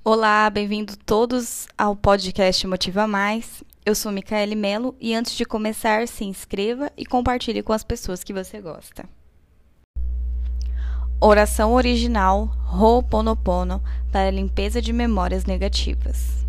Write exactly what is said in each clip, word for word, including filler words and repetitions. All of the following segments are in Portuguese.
Olá, bem-vindos todos ao podcast Motiva Mais. Eu sou Micaele Melo e antes de começar, se inscreva e compartilhe com as pessoas que você gosta. Oração original Ho'oponopono para a limpeza de memórias negativas.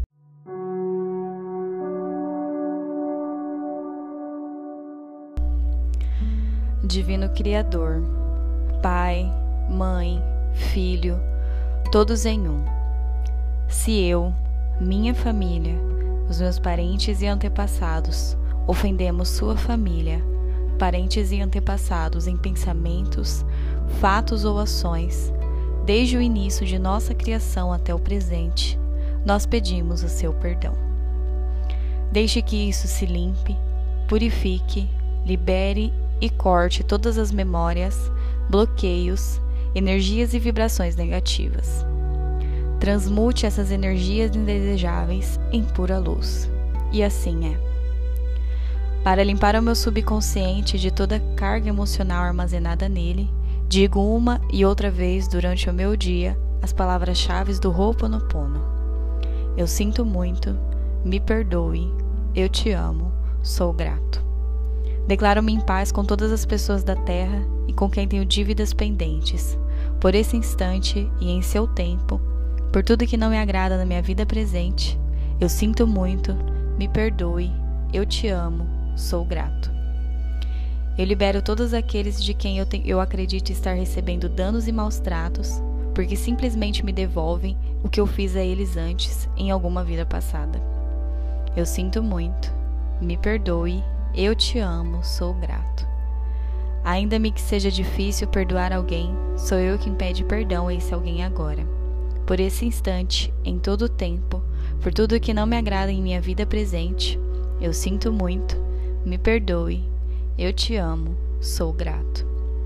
Divino Criador, Pai, Mãe, Filho, todos em um. Se eu, minha família, os meus parentes e antepassados ofendemos sua família, parentes e antepassados em pensamentos, fatos ou ações, desde o início de nossa criação até o presente, nós pedimos o seu perdão. Deixe que isso se limpe, purifique, libere e corte todas as memórias, bloqueios, energias e vibrações negativas. Transmute essas energias indesejáveis em pura luz. E assim é. Para limpar o meu subconsciente de toda carga emocional armazenada nele, digo uma e outra vez durante o meu dia as palavras-chave do Ho'oponopono. Eu sinto muito, me perdoe, eu te amo, sou grato. Declaro-me em paz com todas as pessoas da Terra e com quem tenho dívidas pendentes, por esse instante e em seu tempo, por tudo que não me agrada na minha vida presente. Eu sinto muito, me perdoe, eu te amo, sou grato. Eu libero todos aqueles de quem eu, te, eu acredito estar recebendo danos e maus tratos, porque simplesmente me devolvem o que eu fiz a eles antes, em alguma vida passada. Eu sinto muito, me perdoe, eu te amo, sou grato. Ainda-me que seja difícil perdoar alguém, sou eu quem pede perdão a esse alguém agora. Por esse instante, em todo o tempo, por tudo que não me agrada em minha vida presente, eu sinto muito, me perdoe, eu te amo, sou grato.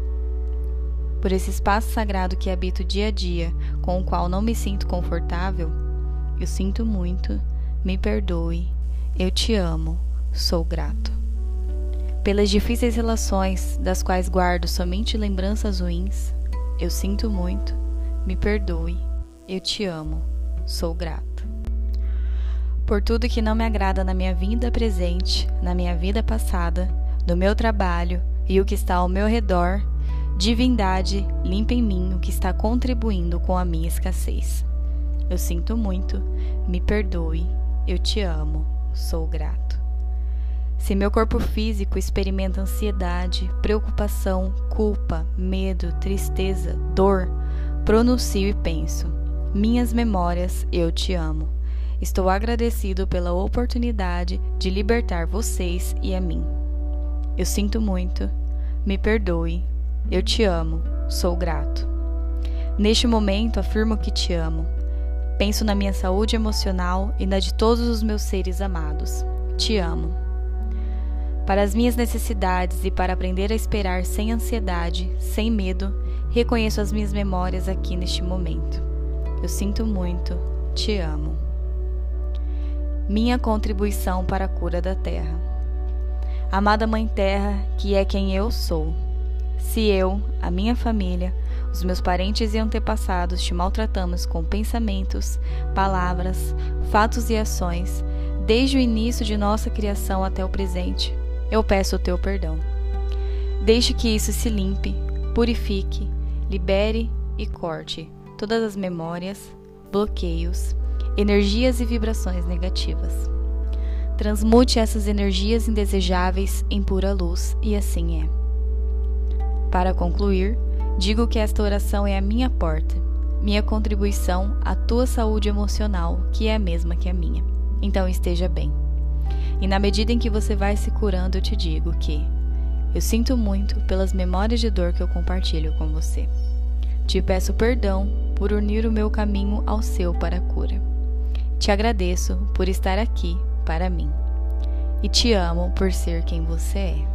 Por esse espaço sagrado que habito dia a dia, com o qual não me sinto confortável, eu sinto muito, me perdoe, eu te amo, sou grato. Pelas difíceis relações, das quais guardo somente lembranças ruins, eu sinto muito, me perdoe, eu te amo, sou grato. Por tudo que não me agrada na minha vida presente, na minha vida passada, no meu trabalho e o que está ao meu redor, divindade, limpa em mim o que está contribuindo com a minha escassez. Eu sinto muito, me perdoe, eu te amo, sou grato. Se meu corpo físico experimenta ansiedade, preocupação, culpa, medo, tristeza, dor, pronuncio e penso: minhas memórias, eu te amo. Estou agradecido pela oportunidade de libertar vocês e a mim. Eu sinto muito, me perdoe, eu te amo, sou grato. Neste momento afirmo que te amo. Penso na minha saúde emocional e na de todos os meus seres amados. Te amo. Para as minhas necessidades e para aprender a esperar sem ansiedade, sem medo, reconheço as minhas memórias aqui neste momento. Eu sinto muito, te amo. Minha contribuição para a cura da Terra. Amada Mãe Terra, que é quem eu sou. Se eu, a minha família, os meus parentes e antepassados te maltratamos com pensamentos, palavras, fatos e ações, desde o início de nossa criação até o presente, eu peço o teu perdão. Deixe que isso se limpe, purifique, libere e corte todas as memórias, bloqueios, energias e vibrações negativas. Transmute essas energias indesejáveis em pura luz e assim é. Para concluir, digo que esta oração é a minha porta, minha contribuição à tua saúde emocional, que é a mesma que a minha. Então esteja bem. E na medida em que você vai se curando, eu te digo que eu sinto muito pelas memórias de dor que eu compartilho com você. Te peço perdão por unir o meu caminho ao seu para a cura. Te agradeço por estar aqui para mim. E te amo por ser quem você é.